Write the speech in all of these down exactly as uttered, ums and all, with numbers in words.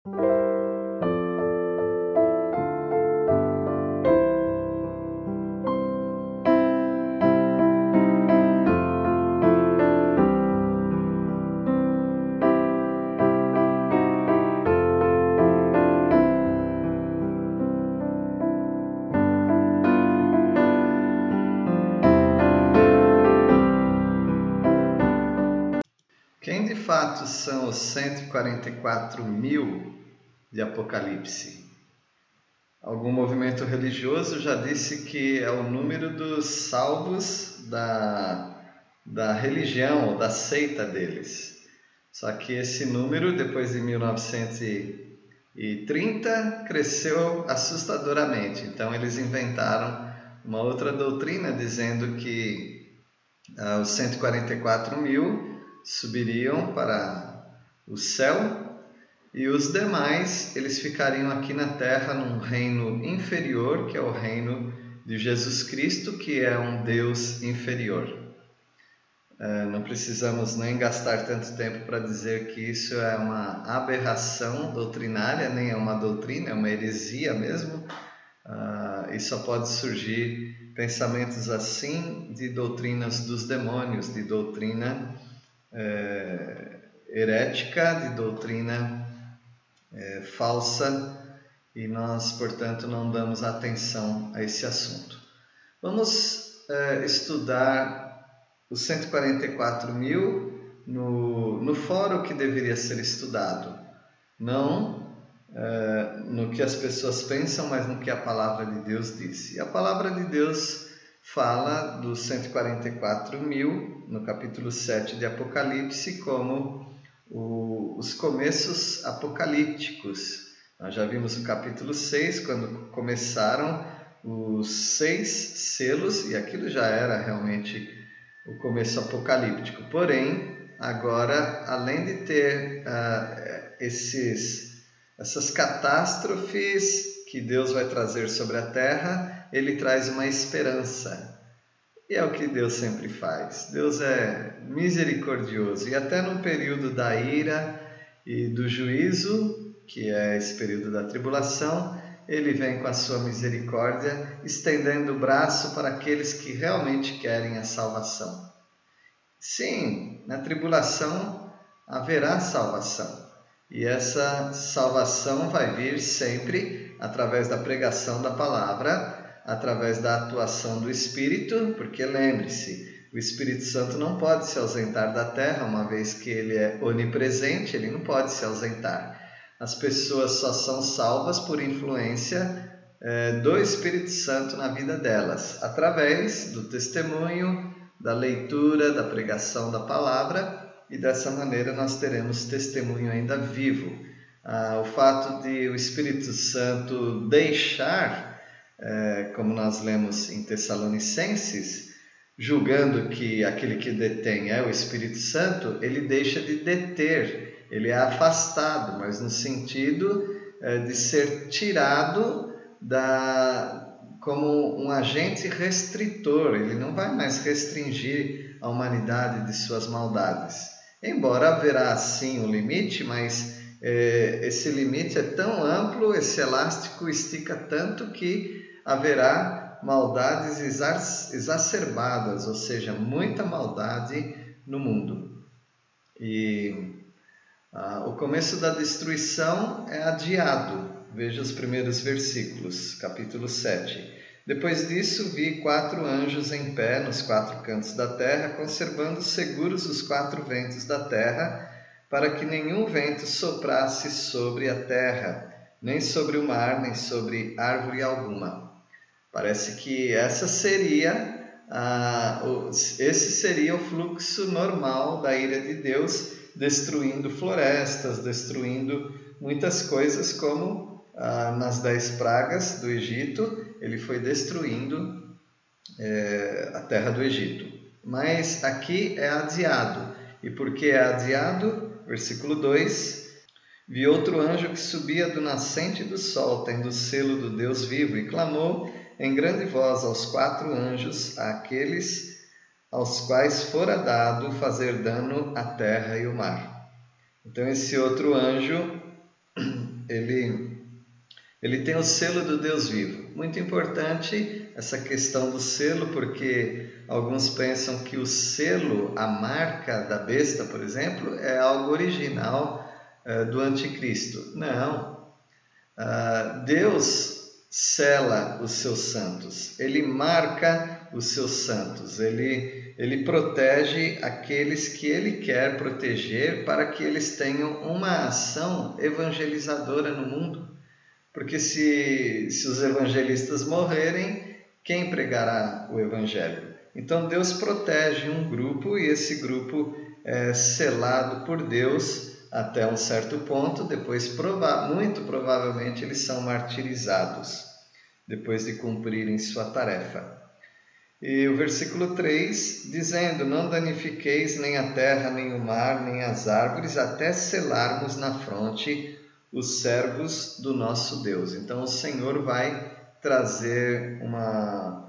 Quem de fato são os cento e quarenta e quatro mil de Apocalipse? Algum movimento religioso já disse que é o número dos salvos da, da religião ou da seita deles. Só que esse número, depois de mil novecentos e trinta, cresceu assustadoramente. Então eles inventaram uma outra doutrina dizendo que ah, os cento e quarenta e quatro mil subiriam para o céu e os demais eles ficariam aqui na terra num reino inferior, que é o reino de Jesus Cristo, que é um Deus inferior. É, não precisamos nem gastar tanto tempo para dizer que isso é uma aberração doutrinária, nem é uma doutrina, é uma heresia mesmo. Ah, e só pode surgir pensamentos assim de doutrinas dos demônios, de doutrina É, herética, de doutrina é, falsa, e nós, portanto, não damos atenção a esse assunto. Vamos é, estudar os cento e quarenta e quatro mil no, no fórum que deveria ser estudado, não é, no que as pessoas pensam, mas no que a palavra de Deus diz. E a palavra de Deus fala dos cento e quarenta e quatro mil no capítulo sete de Apocalipse como o, os começos apocalípticos. Nós já vimos o capítulo seis, quando começaram os seis selos, e aquilo já era realmente o começo apocalíptico. Porém, agora, além de ter uh, esses, essas catástrofes que Deus vai trazer sobre a terra, ele traz uma esperança. E é o que Deus sempre faz. Deus é misericordioso. E até no período da ira e do juízo, que é esse período da tribulação, ele vem com a sua misericórdia, estendendo o braço para aqueles que realmente querem a salvação. Sim, na tribulação haverá salvação. E essa salvação vai vir sempre através da pregação da palavra, através da atuação do Espírito, porque lembre-se, o Espírito Santo não pode se ausentar da terra, uma vez que ele é onipresente, ele não pode se ausentar. As pessoas só são salvas por influência eh, do Espírito Santo na vida delas, através do testemunho, da leitura, da pregação da palavra, e dessa maneira nós teremos testemunho ainda vivo. Ah, o fato de o Espírito Santo deixar, É, como nós lemos em Tessalonicenses, julgando que aquele que detém é o Espírito Santo, ele deixa de deter, ele é afastado, mas no sentido é, de ser tirado da, como um agente restritor, ele não vai mais restringir a humanidade de suas maldades. Embora haverá sim um limite, mas é, esse limite é tão amplo, esse elástico estica tanto que haverá maldades exacerbadas, ou seja, muita maldade no mundo. E ah, o começo da destruição é adiado. Veja os primeiros versículos, capítulo sete. Depois disso, vi quatro anjos em pé nos quatro cantos da terra, conservando seguros os quatro ventos da terra, para que nenhum vento soprasse sobre a terra, nem sobre o mar, nem sobre árvore alguma. Parece que essa seria, ah, esse seria o fluxo normal da ira de Deus, destruindo florestas, destruindo muitas coisas, como ah, nas dez pragas do Egito, ele foi destruindo é, a terra do Egito. Mas aqui é adiado. E por que é adiado? Versículo dois. Vi outro anjo que subia do nascente do sol, tendo o selo do Deus vivo, e clamou em grande voz aos quatro anjos, àqueles aos quais fora dado fazer dano à terra e ao mar. Então esse outro anjo ele, ele tem o selo do Deus vivo. Muito importante essa questão do selo, porque alguns pensam que o selo, a marca da besta, por exemplo, é algo original uh, do anticristo. Não. Uh, Deus sela os seus santos, ele marca os seus santos, ele, ele protege aqueles que ele quer proteger para que eles tenham uma ação evangelizadora no mundo. Porque se, se os evangelistas morrerem, quem pregará o evangelho? Então Deus protege um grupo e esse grupo é selado por Deus até um certo ponto, depois prova- muito provavelmente eles são martirizados, depois de cumprirem sua tarefa. E o versículo três, dizendo, não danifiqueis nem a terra, nem o mar, nem as árvores, até selarmos na fronte os servos do nosso Deus. Então o Senhor vai trazer uma,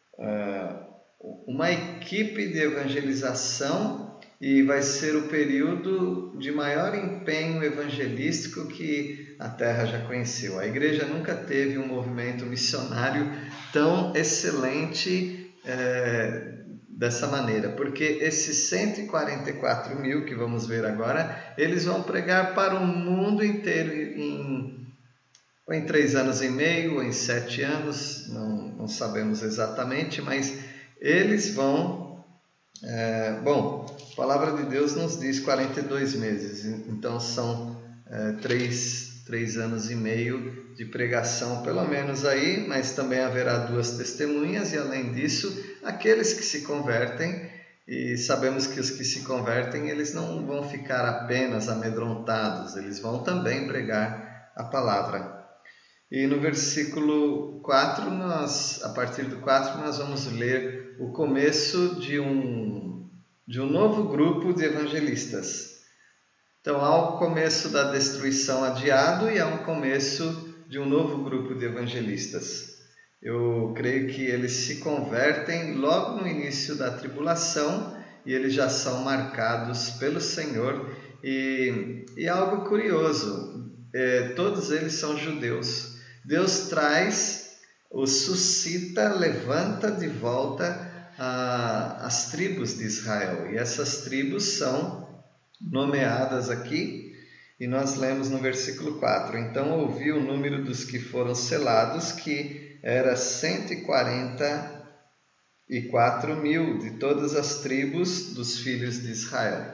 uma equipe de evangelização e vai ser o período de maior empenho evangelístico que a Terra já conheceu. A igreja nunca teve um movimento missionário tão excelente é, dessa maneira, porque esses cento e quarenta e quatro mil que vamos ver agora, eles vão pregar para o mundo inteiro em, ou em três anos e meio, ou em sete anos, não, não sabemos exatamente, mas eles vão... É, bom, a palavra de Deus nos diz quarenta e dois meses, então são é, três, três anos e meio de pregação, pelo menos aí, mas também haverá duas testemunhas e além disso, aqueles que se convertem, e sabemos que os que se convertem, eles não vão ficar apenas amedrontados, eles vão também pregar a palavra. E no versículo quatro, nós, a partir do quatro, nós vamos ler o começo de um, de um novo grupo de evangelistas. Então, há o começo da destruição adiado e há um começo de um novo grupo de evangelistas. Eu creio que eles se convertem logo no início da tribulação e eles já são marcados pelo Senhor. E, e algo curioso, é, todos eles são judeus. Deus traz, os suscita, levanta de volta a, as tribos de Israel. E essas tribos são nomeadas aqui, e nós lemos no versículo quatro. Então ouvi o número dos que foram selados, que era cento e quarenta e quatro mil de todas as tribos dos filhos de Israel.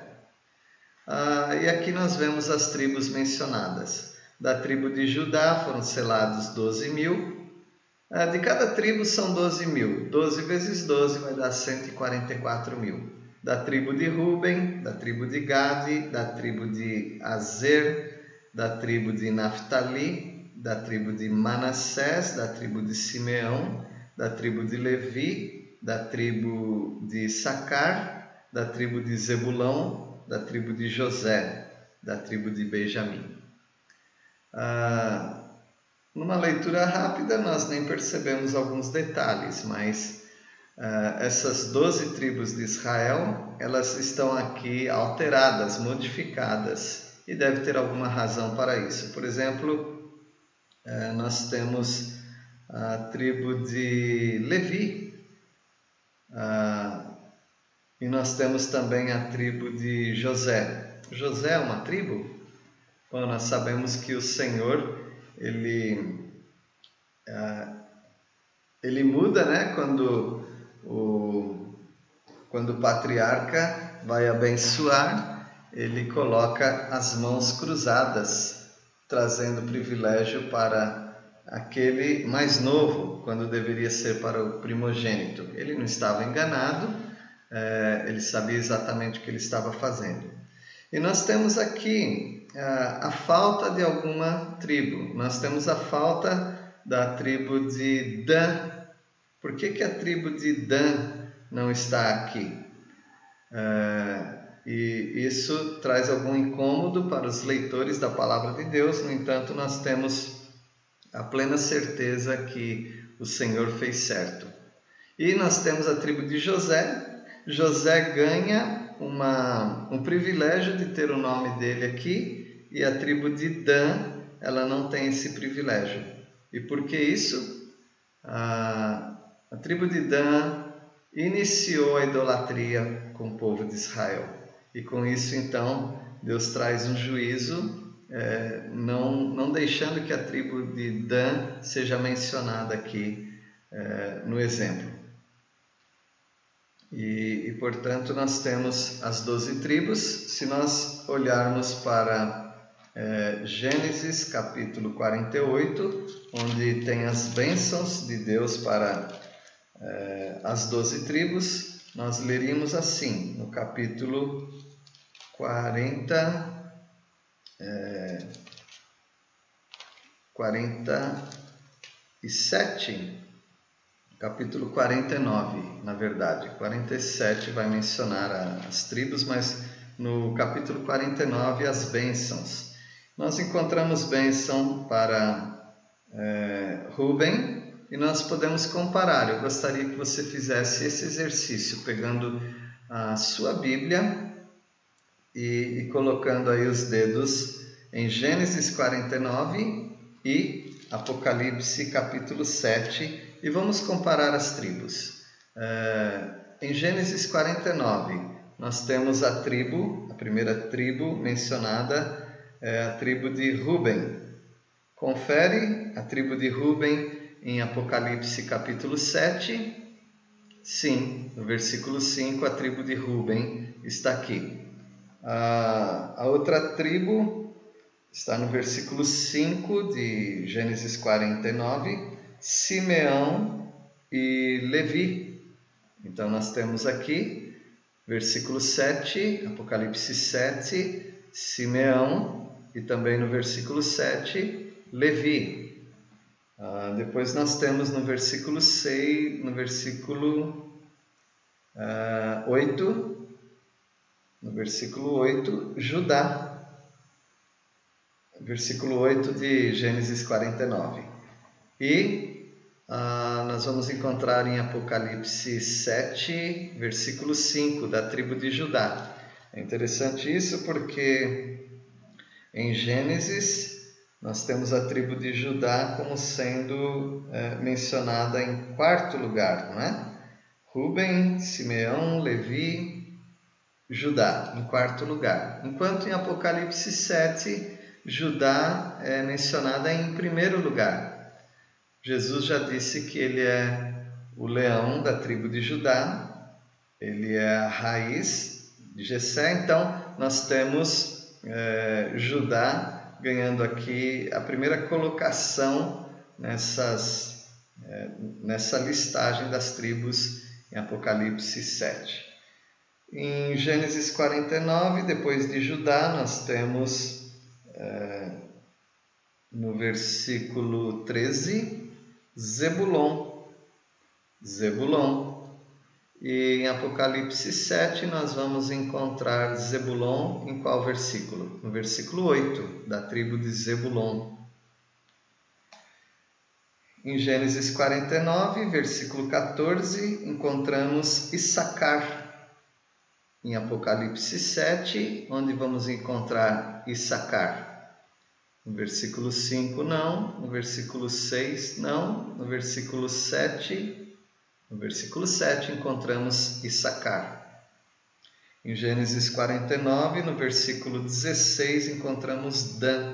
Ah, e aqui nós vemos as tribos mencionadas. Da tribo de Judá foram selados doze mil. De cada tribo são doze mil. doze vezes doze vai dar cento e quarenta e quatro mil. Da tribo de Ruben, da tribo de Gade, da tribo de Azer, da tribo de Naftali, da tribo de Manassés, da tribo de Simeão, da tribo de Levi, da tribo de Issacar, da tribo de Zebulão, da tribo de José, da tribo de Benjamim. Ah, numa leitura rápida nós nem percebemos alguns detalhes, mas ah, essas doze tribos de Israel, elas estão aqui alteradas, modificadas, e deve ter alguma razão para isso. Por exemplo, ah, nós temos a tribo de Levi, ah, e nós temos também a tribo de José. José é uma tribo? Bom, nós sabemos que o Senhor, ele, ele muda, né? Quando o, quando o patriarca vai abençoar, ele coloca as mãos cruzadas, trazendo privilégio para aquele mais novo, quando deveria ser para o primogênito. Ele não estava enganado, ele sabia exatamente o que ele estava fazendo. E nós temos aqui a, a falta de alguma tribo. Nós temos a falta da tribo de Dan. Por que que a tribo de Dan não está aqui? É, e isso traz algum incômodo para os leitores da Palavra de Deus. No entanto, nós temos a plena certeza que o Senhor fez certo. E nós temos a tribo de José. José ganha Uma, um privilégio de ter o nome dele aqui, e a tribo de Dan ela não tem esse privilégio. E por que isso? A, a tribo de Dan iniciou a idolatria com o povo de Israel. E com isso, então, Deus traz um juízo, é, não, não deixando que a tribo de Dan seja mencionada aqui é, no exemplo. E, e, portanto, nós temos as doze tribos. Se nós olharmos para é, Gênesis capítulo quarenta e oito, onde tem as bênçãos de Deus para é, as doze tribos, nós leríamos assim, no capítulo quarenta, é, quarenta e sete, capítulo quarenta e nove, na verdade. quarenta e sete vai mencionar as tribos, mas no capítulo quarenta e nove as bênçãos. Nós encontramos bênção para é, Ruben e nós podemos comparar. Eu gostaria que você fizesse esse exercício, pegando a sua Bíblia e, e colocando aí os dedos em Gênesis quarenta e nove e Apocalipse capítulo sete, e vamos comparar as tribos. É, em Gênesis quarenta e nove, nós temos a tribo, a primeira tribo mencionada é a tribo de Ruben. Confere a tribo de Ruben em Apocalipse capítulo sete. Sim, no versículo cinco, a tribo de Ruben está aqui. A, a outra tribo está no versículo cinco de Gênesis quarenta e nove, Simeão e Levi. Então nós temos aqui, versículo sete, Apocalipse sete, Simeão, e também no versículo sete, Levi. Ah, depois nós temos no versículo seis, no versículo ah, oito, no versículo oito, Judá. Versículo oito de Gênesis quarenta e nove. E ah, nós vamos encontrar em Apocalipse sete, versículo cinco, da tribo de Judá. É interessante isso porque em Gênesis nós temos a tribo de Judá como sendo é, mencionada em quarto lugar, não é? Ruben, Simeão, Levi, Judá, em quarto lugar. Enquanto em Apocalipse sete, Judá é mencionada em primeiro lugar. Jesus já disse que ele é o leão da tribo de Judá, ele é a raiz de Jessé. Então nós temos é, Judá ganhando aqui a primeira colocação nessas, é, nessa listagem das tribos em Apocalipse sete. Em Gênesis quarenta e nove, depois de Judá, nós temos é, no versículo treze, Zebulon. Zebulon. E em Apocalipse sete nós vamos encontrar Zebulon em qual versículo? No versículo oito, da tribo de Zebulon. Em Gênesis quarenta e nove, versículo quatorze, encontramos Issacar. Em Apocalipse sete, onde vamos encontrar Issacar? No versículo cinco, não. No versículo seis, não. No versículo sete, no versículo sete encontramos Issacar. Em Gênesis quarenta e nove, no versículo dezesseis, encontramos Dan.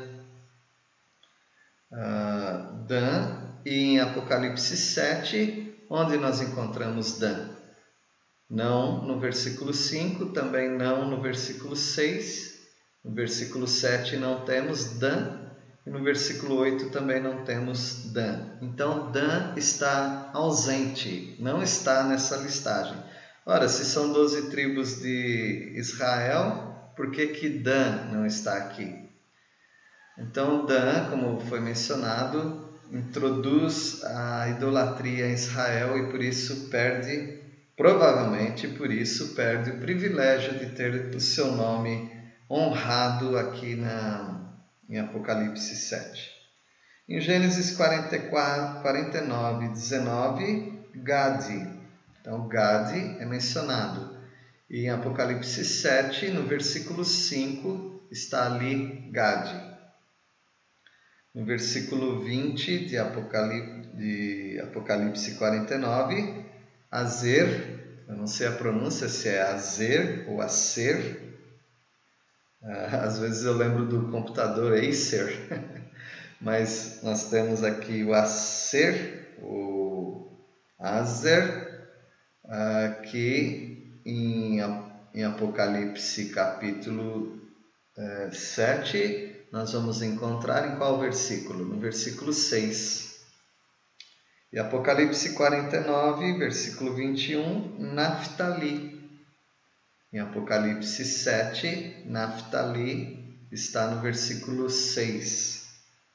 Uh, Dan. E em Apocalipse sete, onde nós encontramos Dan? Não no versículo cinco, também não no versículo seis. No versículo sete não temos Dan. E no versículo oito também não temos Dan. Então Dan está ausente, não está nessa listagem. Ora, se são doze tribos de Israel, por que que Dan não está aqui? Então Dan, como foi mencionado, introduz a idolatria em Israel e por isso perde, provavelmente por isso perde o privilégio de ter o seu nome honrado aqui na em Apocalipse sete. Em Gênesis quarenta e quatro, quarenta e nove, dezenove, Gade. Então, Gade é mencionado. E em Apocalipse sete, no versículo cinco, está ali Gade. No versículo vinte de Apocalipse, de Apocalipse quarenta e nove, Azer, eu não sei a pronúncia se é Azer ou Acer, às vezes eu lembro do computador Acer, mas nós temos aqui o Acer, o Azer, que em, em Apocalipse capítulo é, sete, nós vamos encontrar em qual versículo? No versículo seis. E Apocalipse quarenta e nove, versículo vinte e um, Naftali. Em Apocalipse sete, Naftali está no versículo seis.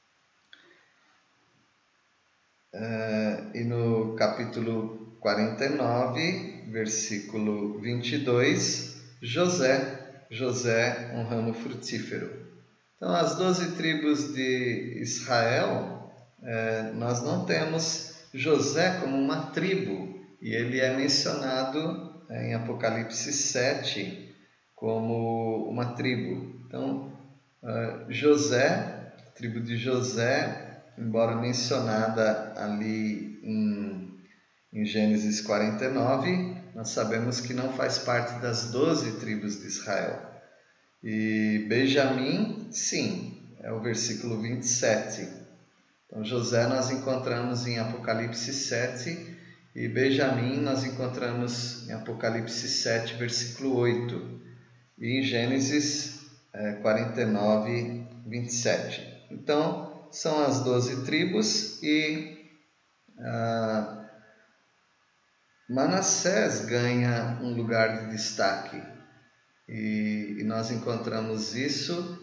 Uh, e no capítulo quarenta e nove, versículo vinte e dois, José, José, um ramo frutífero. Então, as doze tribos de Israel, eh, nós não temos José como uma tribo, e ele é mencionado eh, em Apocalipse sete como uma tribo. Então, eh, José, a tribo de José, embora mencionada ali em, em Gênesis quarenta e nove, nós sabemos que não faz parte das doze tribos de Israel. E Benjamim, sim, é o versículo vinte e sete. Então, José nós encontramos em Apocalipse sete e Benjamim nós encontramos em Apocalipse sete, versículo oito. E em Gênesis é, quarenta e nove, vinte e sete. Então, são as doze tribos e ah, Manassés ganha um lugar de destaque. E, e nós encontramos isso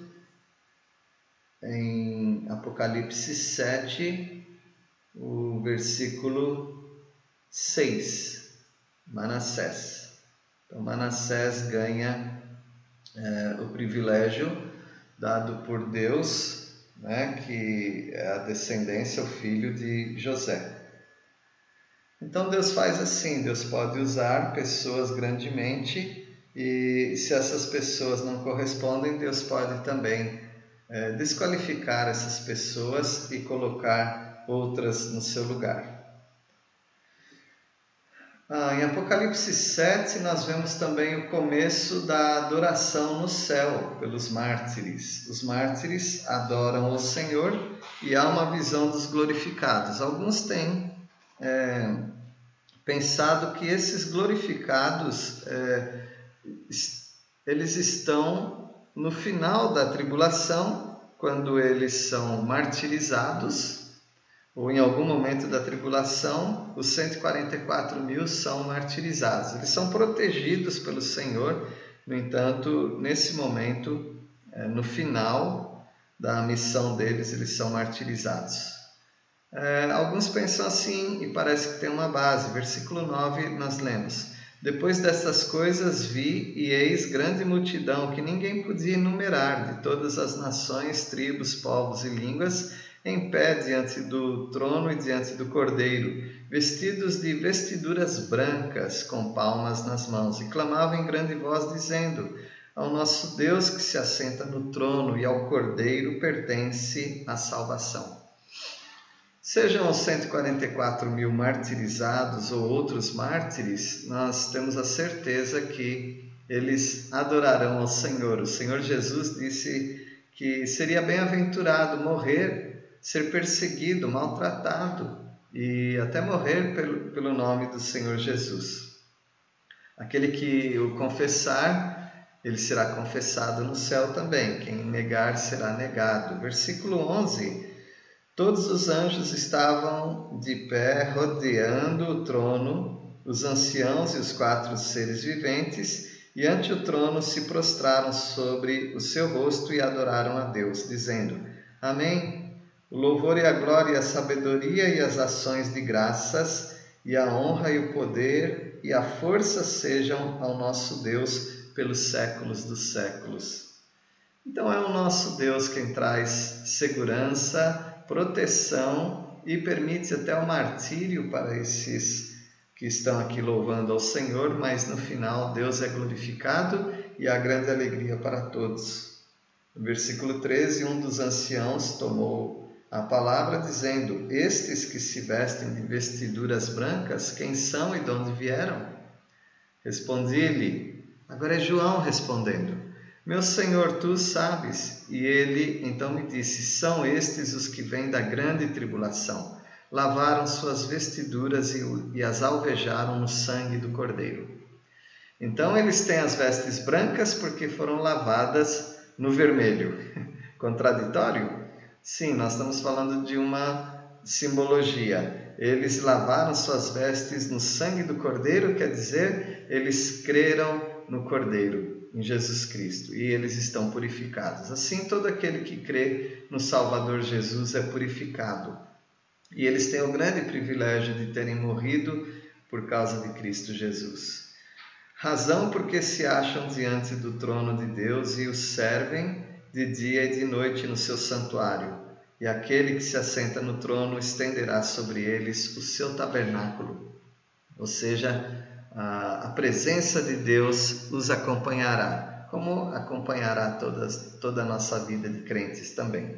em Apocalipse sete, o versículo seis, Manassés. Então, Manassés ganha é, o privilégio dado por Deus, né, que é a descendência, o filho de José. Então, Deus faz assim, Deus pode usar pessoas grandemente. E se essas pessoas não correspondem, Deus pode também é, desqualificar essas pessoas e colocar outras no seu lugar. Ah, em Apocalipse sete, nós vemos também o começo da adoração no céu pelos mártires. Os mártires adoram o Senhor e há uma visão dos glorificados. Alguns têm é, pensado que esses glorificados é, eles estão no final da tribulação, quando eles são martirizados, ou em algum momento da tribulação, os cento e quarenta e quatro mil são martirizados. Eles são protegidos pelo Senhor, no entanto, nesse momento, no final da missão deles, eles são martirizados. É, alguns pensam assim e parece que tem uma base. Versículo nove nós lemos: Depois dessas coisas vi e eis grande multidão que ninguém podia enumerar, de todas as nações, tribos, povos e línguas, em pé diante do trono e diante do Cordeiro, vestidos de vestiduras brancas, com palmas nas mãos, e clamavam em grande voz, dizendo: Ao nosso Deus que se assenta no trono e ao Cordeiro pertence a salvação. Sejam os cento e quarenta e quatro mil martirizados ou outros mártires, nós temos a certeza que eles adorarão ao Senhor. O Senhor Jesus disse que seria bem-aventurado morrer, ser perseguido, maltratado e até morrer pelo, pelo nome do Senhor Jesus. Aquele que o confessar, ele será confessado no céu também. Quem negar será negado. Versículo onze. Todos os anjos estavam de pé rodeando o trono, os anciãos e os quatro seres viventes, e ante o trono se prostraram sobre o seu rosto e adoraram a Deus, dizendo: Amém. O louvor e a glória e a sabedoria e as ações de graças e a honra e o poder e a força sejam ao nosso Deus pelos séculos dos séculos. Então é o nosso Deus quem traz segurança, proteção e permite até o martírio para esses que estão aqui louvando ao Senhor, mas no final Deus é glorificado e há grande alegria para todos. No versículo treze, um dos anciãos tomou a palavra dizendo: estes que se vestem de vestiduras brancas, quem são e de onde vieram? Respondi-lhe, agora é João respondendo, meu Senhor, tu sabes. E ele então me disse, são estes os que vêm da grande tribulação. Lavaram suas vestiduras e as alvejaram no sangue do Cordeiro. Então eles têm as vestes brancas porque foram lavadas no vermelho. Contraditório? Sim, nós estamos falando de uma simbologia. Eles lavaram suas vestes no sangue do Cordeiro, quer dizer, eles creram no Cordeiro, em Jesus Cristo, e eles estão purificados. Assim, todo aquele que crê no Salvador Jesus é purificado. E eles têm o grande privilégio de terem morrido por causa de Cristo Jesus. Razão porque se acham diante do trono de Deus e o servem de dia e de noite no seu santuário. E aquele que se assenta no trono estenderá sobre eles o seu tabernáculo. Ou seja, a, a presença de Deus os acompanhará, como acompanhará todas, toda a nossa vida de crentes também.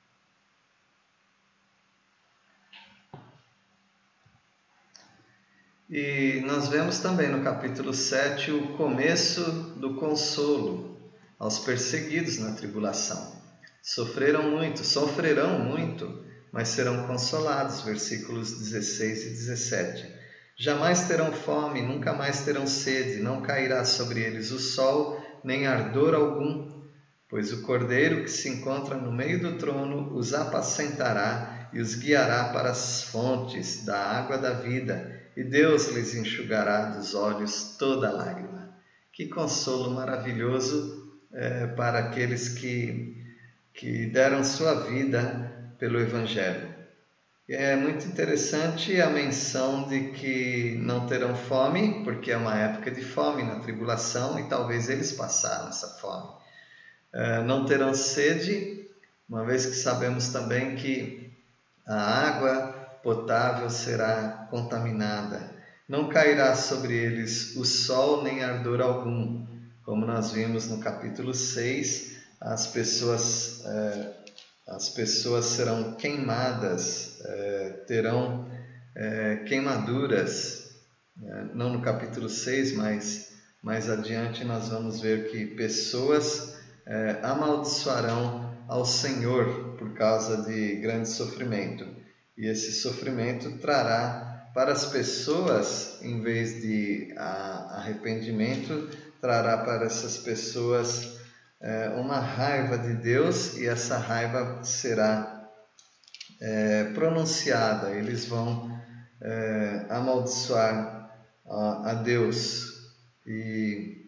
E nós vemos também no capítulo sete o começo do consolo aos perseguidos na tribulação. Sofreram muito, sofrerão muito, mas serão consolados, versículos dezesseis e dezessete. Jamais terão fome, nunca mais terão sede, não cairá sobre eles o sol, nem ardor algum, pois o Cordeiro que se encontra no meio do trono os apacentará e os guiará para as fontes da água da vida, e Deus lhes enxugará dos olhos toda lágrima. Que consolo maravilhoso é, para aqueles que, que deram sua vida pelo Evangelho. É muito interessante a menção de que não terão fome, porque é uma época de fome na tribulação e talvez eles passaram essa fome. É, não terão sede, uma vez que sabemos também que a água potável será contaminada. Não cairá sobre eles o sol nem ardor algum, como nós vimos no capítulo seis, as pessoas, eh, as pessoas serão queimadas, eh, terão eh, queimaduras, eh, não no capítulo seis, mas mais adiante nós vamos ver que pessoas eh, amaldiçoarão ao Senhor por causa de grande sofrimento. E esse sofrimento trará para as pessoas, em vez de arrependimento, trará para essas pessoas é, uma raiva de Deus, e essa raiva será é, pronunciada. Eles vão é, amaldiçoar a, a Deus e,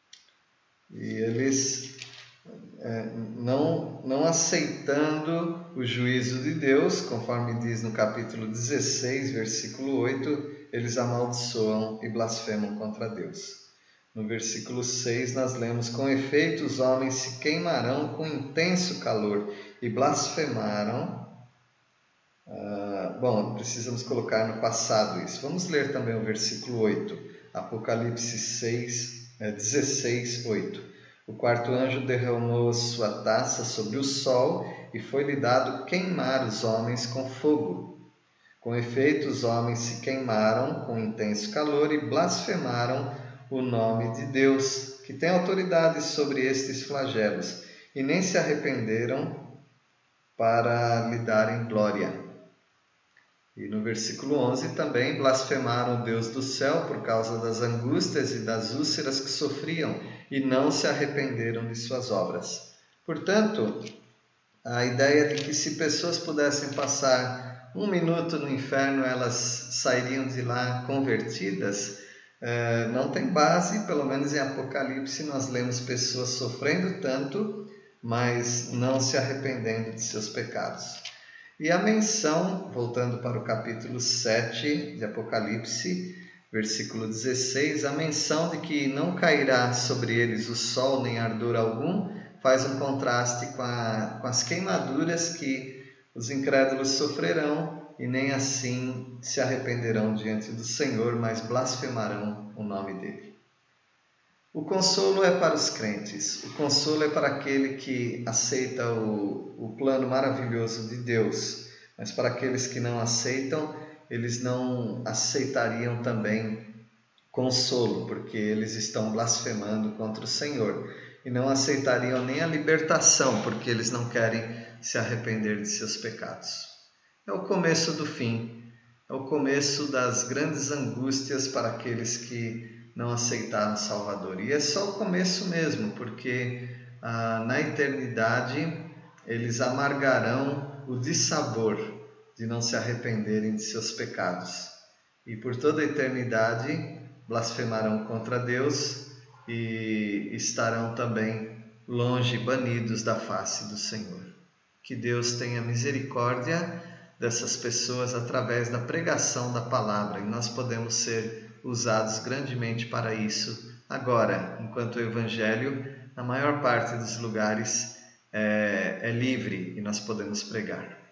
e eles é, não, não aceitando o juízo de Deus, conforme diz no capítulo dezesseis, versículo oito, eles amaldiçoam e blasfemam contra Deus. No versículo seis nós lemos, com efeito os homens se queimarão com intenso calor e blasfemaram. Ah, bom, precisamos colocar no passado isso. Vamos ler também o versículo oito, Apocalipse seis, dezesseis, oito. O quarto anjo derramou sua taça sobre o sol e foi-lhe dado queimar os homens com fogo. Com efeito, os homens se queimaram com intenso calor e blasfemaram o nome de Deus, que tem autoridade sobre estes flagelos, e nem se arrependeram para lhe darem glória. E no versículo onze também, blasfemaram o Deus do céu por causa das angústias e das úlceras que sofriam, e não se arrependeram de suas obras. Portanto, a ideia de que se pessoas pudessem passar um minuto no inferno, elas sairiam de lá convertidas, eh, não tem base. Pelo menos em Apocalipse nós lemos pessoas sofrendo tanto, mas não se arrependendo de seus pecados. E a menção, voltando para o capítulo sete de Apocalipse, versículo dezesseis, a menção de que não cairá sobre eles o sol nem ardor algum, faz um contraste com, a, com as queimaduras que os incrédulos sofrerão e nem assim se arrependerão diante do Senhor, mas blasfemarão o nome dele. O consolo é para os crentes, o consolo é para aquele que aceita o, o plano maravilhoso de Deus, mas para aqueles que não aceitam, eles não aceitariam também consolo, porque eles estão blasfemando contra o Senhor, e não aceitariam nem a libertação, porque eles não querem se arrepender de seus pecados. É o começo do fim, é o começo das grandes angústias para aqueles que não aceitaram o Salvador. E é só o começo mesmo, porque ah, na eternidade eles amargarão o dissabor de não se arrependerem de seus pecados. E por toda a eternidade blasfemarão contra Deus e estarão também longe, banidos da face do Senhor. Que Deus tenha misericórdia dessas pessoas através da pregação da palavra, e nós podemos ser usados grandemente para isso agora, enquanto o Evangelho, na maior parte dos lugares, é, é livre e nós podemos pregar.